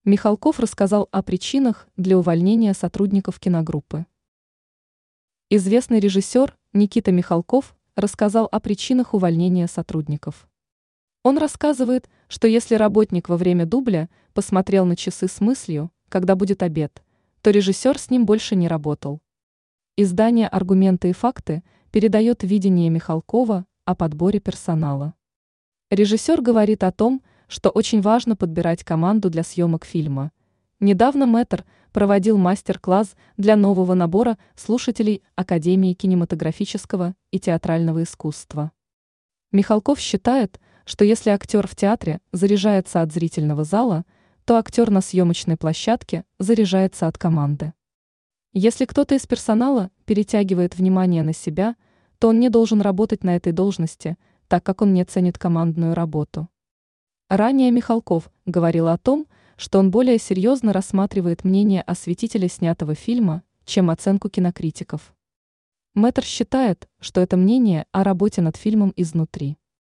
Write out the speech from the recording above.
Михалков рассказал о причинах для увольнения сотрудников киногруппы. Известный режиссер Никита Михалков рассказал о причинах увольнения сотрудников. Он рассказывает, что если работник во время дубля посмотрел на часы с мыслью, когда будет обед, то режиссер с ним больше не работал. Издание «Аргументы и факты» передает видение Михалкова о подборе персонала. Режиссер говорит о том, что очень важно подбирать команду для съемок фильма. Недавно мэтр проводил мастер-класс для нового набора слушателей Академии кинематографического и театрального искусства. Михалков считает, что если актер в театре заряжается от зрительного зала, то актер на съемочной площадке заряжается от команды. Если кто-то из персонала перетягивает внимание на себя, то он не должен работать на этой должности, так как он не ценит командную работу. Ранее Михалков говорил о том, что он более серьезно рассматривает мнение осветителя снятого фильма, чем оценку кинокритиков. Мэтр считает, что это мнение о работе над фильмом изнутри.